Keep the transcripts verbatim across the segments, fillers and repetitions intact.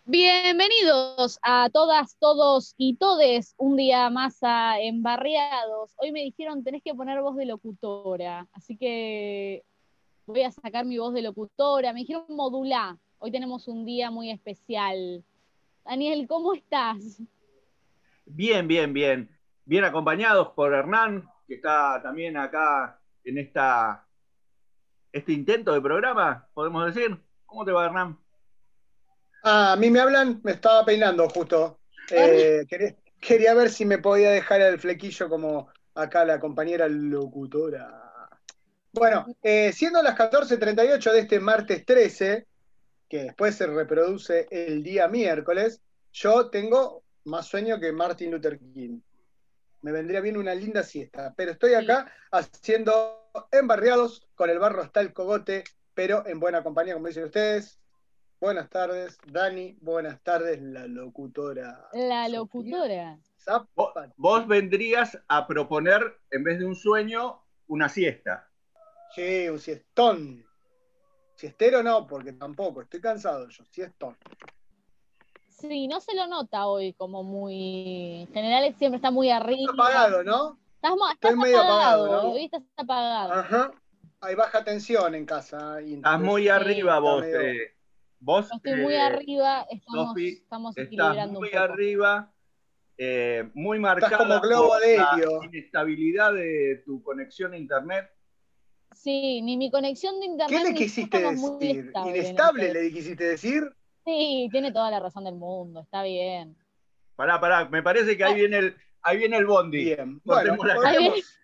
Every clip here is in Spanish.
Bienvenidos a todas, todos y todes un día más a Embarriados. Hoy me dijeron tenés que poner voz de locutora, así que voy a sacar mi voz de locutora. Me dijeron modulá. Hoy tenemos un día muy especial. Daniel, ¿cómo estás? Bien, bien, bien. Bien acompañados por Hernán, que está también acá en esta, este intento de programa, podemos decir. ¿Cómo te va, Hernán? Ah, a mí me hablan, me estaba peinando justo. Eh, quería, quería ver si me podía dejar el flequillo como acá la compañera locutora. Bueno, eh, siendo las catorce treinta y ocho de este martes trece, que después se reproduce el día miércoles, yo tengo más sueño que Martin Luther King. Me vendría bien una linda siesta, pero estoy acá haciendo embarriados con el barro hasta el cogote, pero en buena compañía, como dicen ustedes. Buenas tardes, Dani. Buenas tardes, la locutora La Sofía locutora. Vos, Zapati. vos vendrías a proponer, en vez de un sueño, una siesta. Sí, un siestón. Siestero no, porque tampoco, estoy cansado yo, siestón. Sí, no se lo nota hoy como muy... En general siempre está muy arriba. Apagado, ¿no? Estás, estás Estoy medio apagado apagado, hoy, ¿no? hoy estás apagado. Ajá. Hay baja tensión en casa y Estás muy entonces Sí, arriba está vos. medio. Eh, vos, yo estoy muy eh, arriba, estamos, Sofi, estamos estás equilibrando un muy poco. arriba, eh, muy Estás como marcada globo por de la helio. inestabilidad de tu conexión a internet. Sí, ni mi conexión de ¿Qué internet le ni yo quisiste estamos muy decir? estables en ¿Inestable este. le quisiste decir? Sí, tiene toda la razón del mundo, está bien. Pará, pará, me parece que ahí Ah, viene el, ahí viene el bondi. Bien. Bueno, Cortemos la ahí cara. viene. podríamos,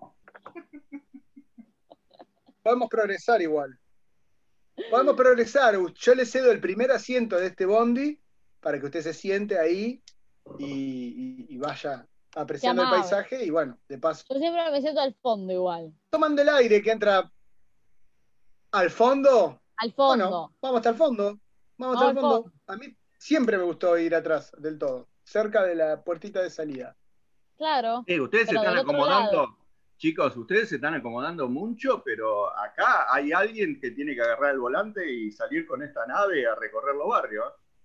podemos progresar igual. Podemos progresar. Yo le cedo el primer asiento de este bondi para que usted se siente ahí y, y- y vaya Qué apreciando el amable. paisaje y bueno, de paso, Yo siempre me siento al fondo igual. tomando el aire que entra al fondo. Al Bueno, fondo. vamos hasta el fondo. Vamos hasta Vamos el al fondo. fondo. A mí siempre me gustó ir atrás del todo, cerca de la puertita de salida. Claro, Sí, ustedes se pero están del otro lado. acomodando, chicos, ustedes se están acomodando mucho, pero acá hay alguien que tiene que agarrar el volante y salir con esta nave a recorrer los barrios.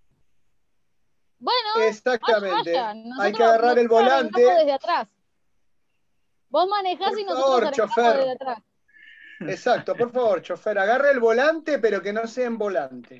Bueno, vaya, Exactamente. vaya. Hay que Nosotros, agarrar el nosotros arrancamos volante. desde atrás. Vos manejás Por y nosotros favor, arrancamos desde chofer. atrás. Exacto, por favor, chofer, agarre el volante, pero que no sea en volante.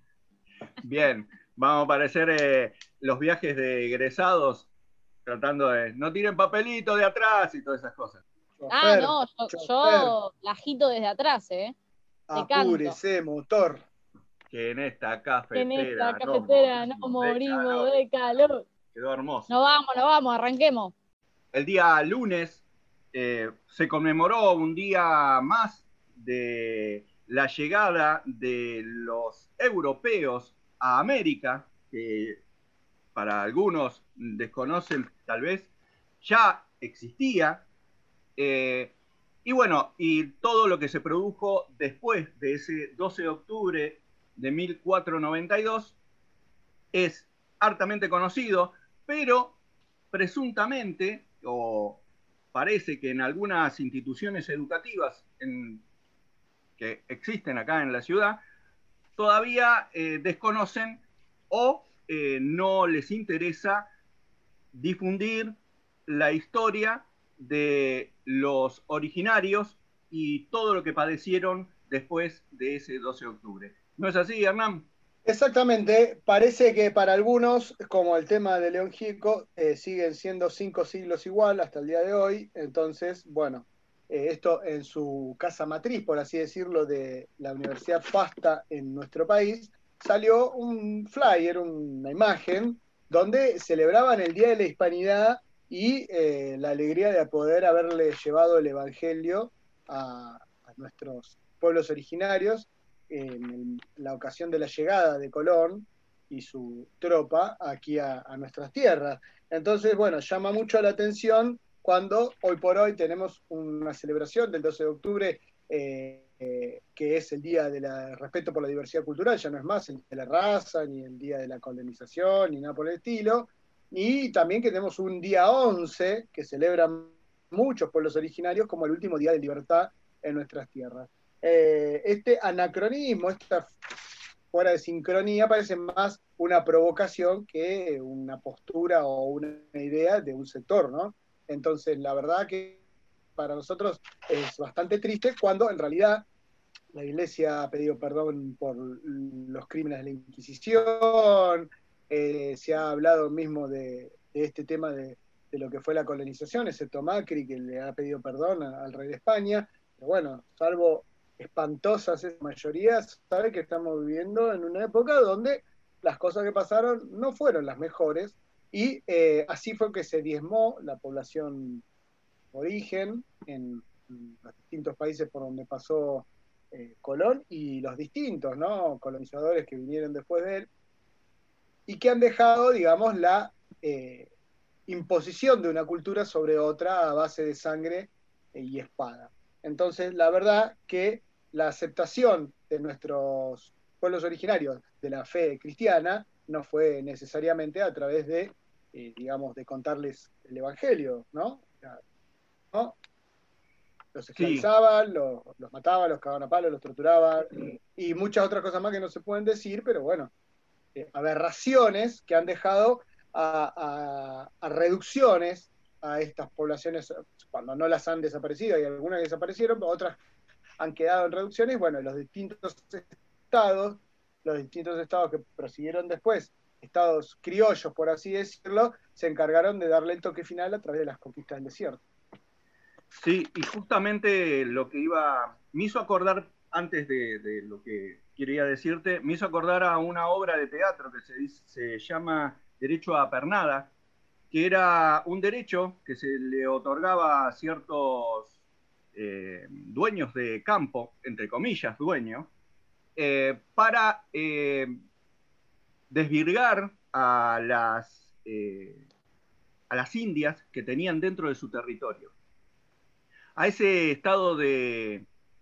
Bien, vamos a aparecer eh, los viajes de egresados tratando de no tiren papelito de atrás y todas esas cosas. Ah, Chofer, no, yo, chofer, yo la agito desde atrás, ¿eh? Te canto. apúrese, motor. Que en esta Que en esta cafetera no cafetera no morimos de morimos calor. de calor. Quedó hermoso. No vamos, no vamos, arranquemos. El día lunes eh, se conmemoró un día más de la llegada de los europeos a América, que para algunos desconocen tal vez, ya existía. Eh, y bueno, y todo lo que se produjo después de ese doce de octubre de mil cuatrocientos noventa y dos es hartamente conocido, pero presuntamente, o parece que en algunas instituciones educativas en, que existen acá en la ciudad, todavía eh, desconocen o eh, no les interesa difundir la historia de los originarios y todo lo que padecieron después de ese doce de octubre. ¿No es así, Hernán? Exactamente, parece que para algunos, como el tema de León Gieco, eh, siguen siendo cinco siglos igual hasta el día de hoy. Entonces, bueno, eh, esto en su casa matriz, por así decirlo, de la Universidad FASTA en nuestro país, salió un flyer, una imagen, donde celebraban el Día de la Hispanidad y eh, la alegría de poder haberle llevado el Evangelio a, a nuestros pueblos originarios en la ocasión de la llegada de Colón y su tropa aquí a, a nuestras tierras. Entonces, bueno, llama mucho la atención cuando hoy por hoy tenemos una celebración del doce de octubre, eh, eh, que es el Día del Respeto por la Diversidad Cultural, ya no es más el Día de la Raza, ni el Día de la Colonización, ni nada por el estilo, y también que tenemos un día once que celebran muchos pueblos originarios como el último día de libertad en nuestras tierras. Eh, este anacronismo, esta fuera de sincronía, parece más una provocación que una postura o una idea de un sector, ¿no? Entonces, la verdad que para nosotros es bastante triste cuando en realidad la Iglesia ha pedido perdón por los crímenes de la Inquisición, eh, se ha hablado mismo de, de este tema de, de, lo que fue la colonización, excepto Macri, que le ha pedido perdón a, al rey de España, pero bueno, salvo espantosas mayorías, sabe que estamos viviendo en una época donde las cosas que pasaron no fueron las mejores, y eh, así fue que se diezmó la población origen en, en los distintos países por donde pasó eh, Colón y los distintos, ¿no?, colonizadores que vinieron después de él y que han dejado, digamos, la eh, imposición de una cultura sobre otra a base de sangre eh, y espada. Entonces, la verdad que la aceptación de nuestros pueblos originarios de la fe cristiana no fue necesariamente a través de, eh, digamos, de contarles el Evangelio, ¿no? ¿no? Los Sí, esclavizaban, los, los mataban, los cagaban a palos, los torturaban, y muchas otras cosas más que no se pueden decir, pero bueno, eh, aberraciones que han dejado a, a, a reducciones a estas poblaciones, cuando no las han desaparecido, hay algunas que desaparecieron, pero otras han quedado en reducciones. Bueno, los distintos estados, los distintos estados que prosiguieron después, estados criollos, por así decirlo, se encargaron de darle el toque final a través de las conquistas del desierto. sí, y justamente lo que iba, me hizo acordar, antes de, de lo que quería decirte, me hizo acordar a una obra de teatro que se, dice, se llama Derecho a Pernada, que era un derecho que se le otorgaba a ciertos eh, dueños de campo, entre comillas, dueños, eh, para eh, desvirgar a las, eh, a las indias que tenían dentro de su territorio. A ese estado de,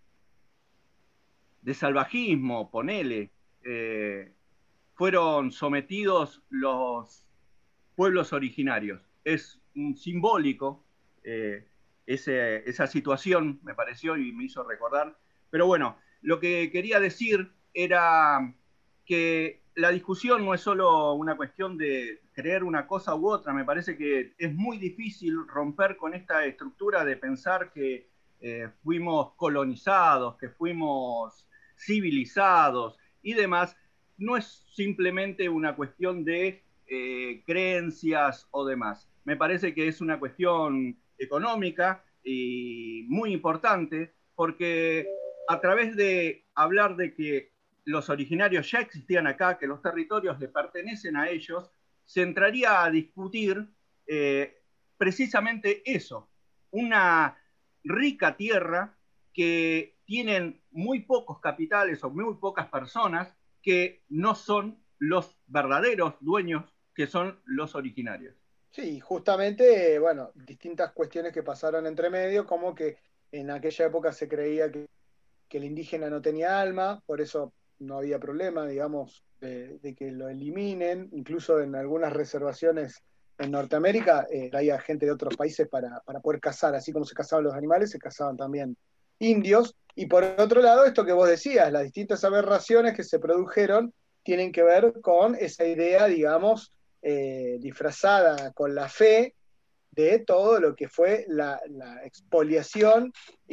de salvajismo, ponele, eh, fueron sometidos los pueblos originarios. Es un simbólico eh, ese, esa situación, me pareció y me hizo recordar. Pero bueno, lo que quería decir era que la discusión no es solo una cuestión de creer una cosa u otra, me parece que es muy difícil romper con esta estructura de pensar que eh, fuimos colonizados, que fuimos civilizados y demás. No es simplemente una cuestión de eh, creencias o demás. Me parece que es una cuestión económica y muy importante porque a través de hablar de que los originarios ya existían acá, que los territorios le pertenecen a ellos, se entraría a discutir eh, precisamente eso, una rica tierra que tienen muy pocos capitales o muy pocas personas que no son los verdaderos dueños, que son los originarios. Sí, justamente, bueno, distintas cuestiones que pasaron entre medio, como que en aquella época se creía que, que el indígena no tenía alma, por eso no había problema, digamos, de, de que lo eliminen, incluso en algunas reservaciones en Norteamérica eh, traía gente de otros países para, para poder cazar, así como se cazaban los animales, se cazaban también indios, y por otro lado, esto que vos decías, las distintas aberraciones que se produjeron tienen que ver con esa idea, digamos, eh, disfrazada con la fe de todo lo que fue la, la expoliación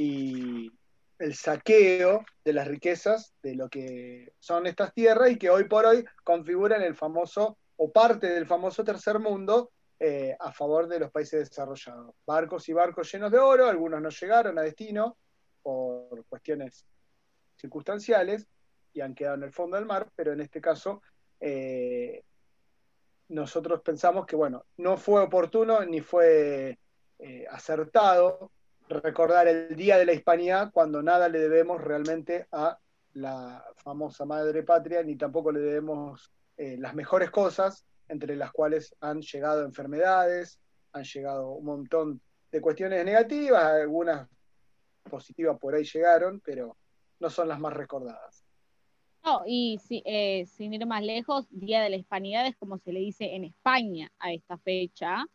y el saqueo de las riquezas de lo que son estas tierras y que hoy por hoy configuran el famoso o parte del famoso tercer mundo eh, a favor de los países desarrollados. Barcos y barcos llenos de oro, algunos no llegaron a destino por cuestiones circunstanciales y han quedado en el fondo del mar, pero en este caso eh, nosotros pensamos que, bueno, no fue oportuno ni fue eh, acertado recordar el Día de la Hispanidad cuando nada le debemos realmente a la famosa madre patria, ni tampoco le debemos eh, las mejores cosas, entre las cuales han llegado enfermedades, han llegado un montón de cuestiones negativas, algunas positivas por ahí llegaron, pero no son las más recordadas. No, y si, eh, sin ir más lejos, Día de la Hispanidad es como se le dice en España a esta fecha,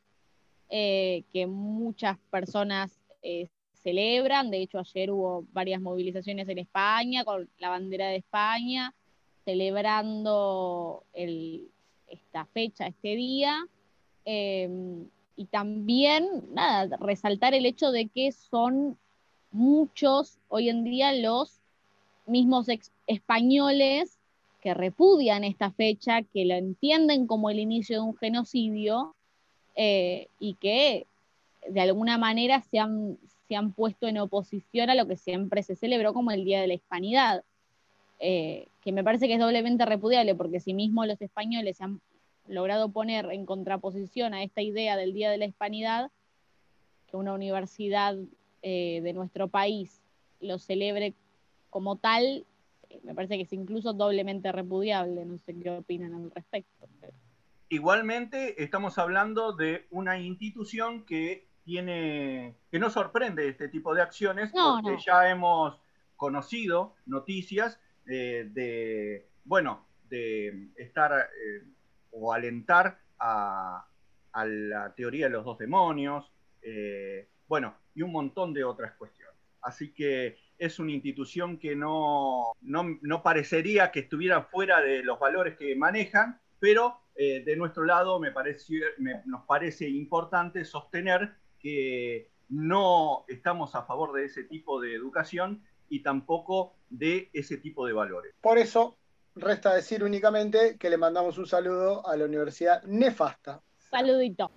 eh, que muchas personas eh, celebran. De hecho, ayer hubo varias movilizaciones en España con la bandera de España. celebrando el, esta fecha, este día, eh, y también, nada, resaltar el hecho de que son muchos hoy en día los mismos ex- españoles que repudian esta fecha, que la entienden como el inicio de un genocidio, eh, y que de alguna manera se han, se han puesto en oposición a lo que siempre se celebró como el Día de la Hispanidad, eh, que me parece que es doblemente repudiable, porque si mismo los españoles se han logrado poner en contraposición a esta idea del Día de la Hispanidad, que una universidad eh, de nuestro país lo celebre como tal, eh, me parece que es incluso doblemente repudiable. No sé qué opinan al respecto. Pero... Igualmente, estamos hablando de una institución que tiene, que no sorprende este tipo de acciones, no, porque no. ya hemos conocido noticias eh, de, bueno, de estar eh, o alentar a, a la teoría de los dos demonios, eh, bueno, y un montón de otras cuestiones. Así que es una institución que no, no, no parecería que estuviera fuera de los valores que manejan, pero eh, de nuestro lado me parece, me, nos parece importante sostener que no estamos a favor de ese tipo de educación y tampoco de ese tipo de valores. Por eso, resta decir únicamente que le mandamos un saludo a la Universidad Nefasta. Saludito.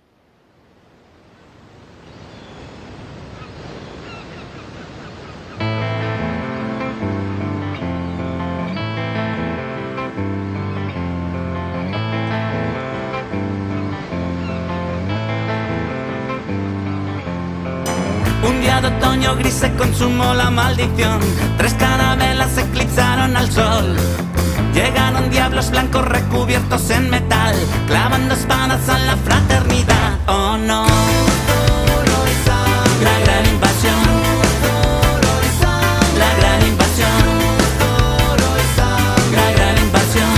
Un día de otoño gris se consumó la maldición. Tres carabelas eclipsaron al sol. Llegaron diablos blancos recubiertos en metal, clavando espadas a la fraternidad. Oh no, la gran invasión, la gran invasión, la gran invasión.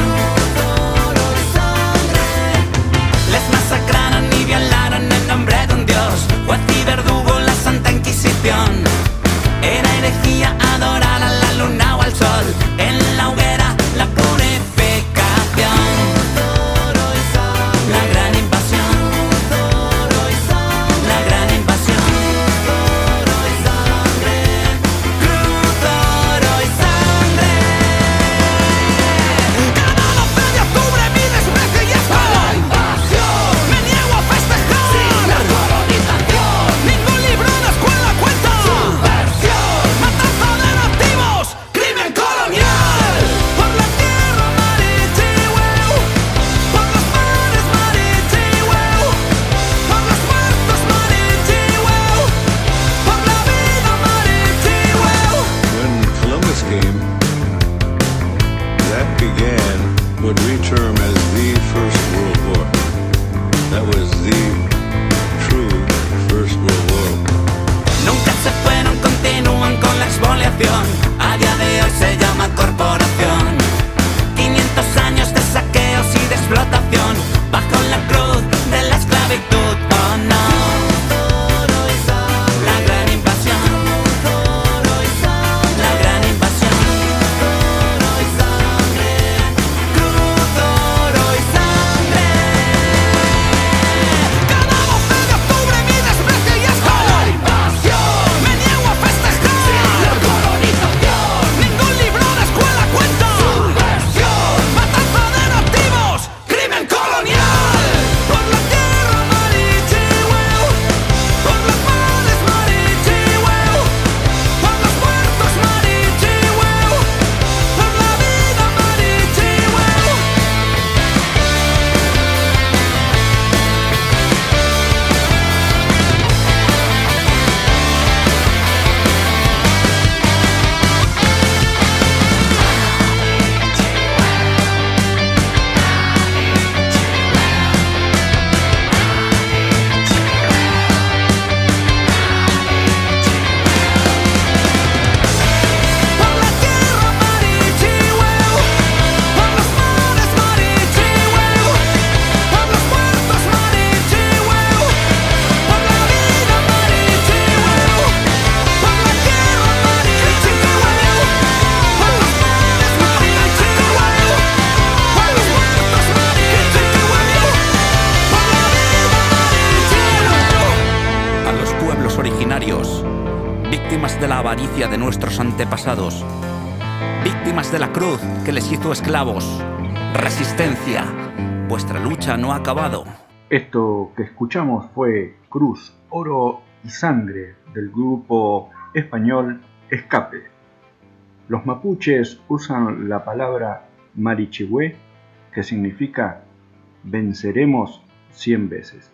Les masacraron y violaron en nombre de un dios, juez y verdugo, la Santa Inquisición. Era herejía adorar a la luna o al sol, en la hoguera la purificación. La gran invasión, la gran invasión. Cruz, oro y sangre. Cada doce de octubre mi desprecio y es la invasión. Me niego a festejar sin la colonización. Ningún libro de escuela cuenta subversión. Matanza de nativos, crimen colonial. Por la tierra Marichihueu, por los mares Marichihueu, por los muertos Marichihueu, por la vida Marichihueu. When Columbus came, that began what we term as the First World War. That was the true First World War. Nunca se fueron, continúan con la expoliación. A día de hoy se llama corporación. quinientos años de saqueos y de explotación, bajo la cruz de la esclavitud. Oh no, la gran invasión, la gran invasión. Cruz, revolucionarios, víctimas de la avaricia de nuestros antepasados, víctimas de la cruz que les hizo esclavos. Resistencia, vuestra lucha no ha acabado. Esto que escuchamos fue Cruz, Oro y Sangre del grupo español Escape. Los mapuches usan la palabra marichihue, que significa venceremos cien veces.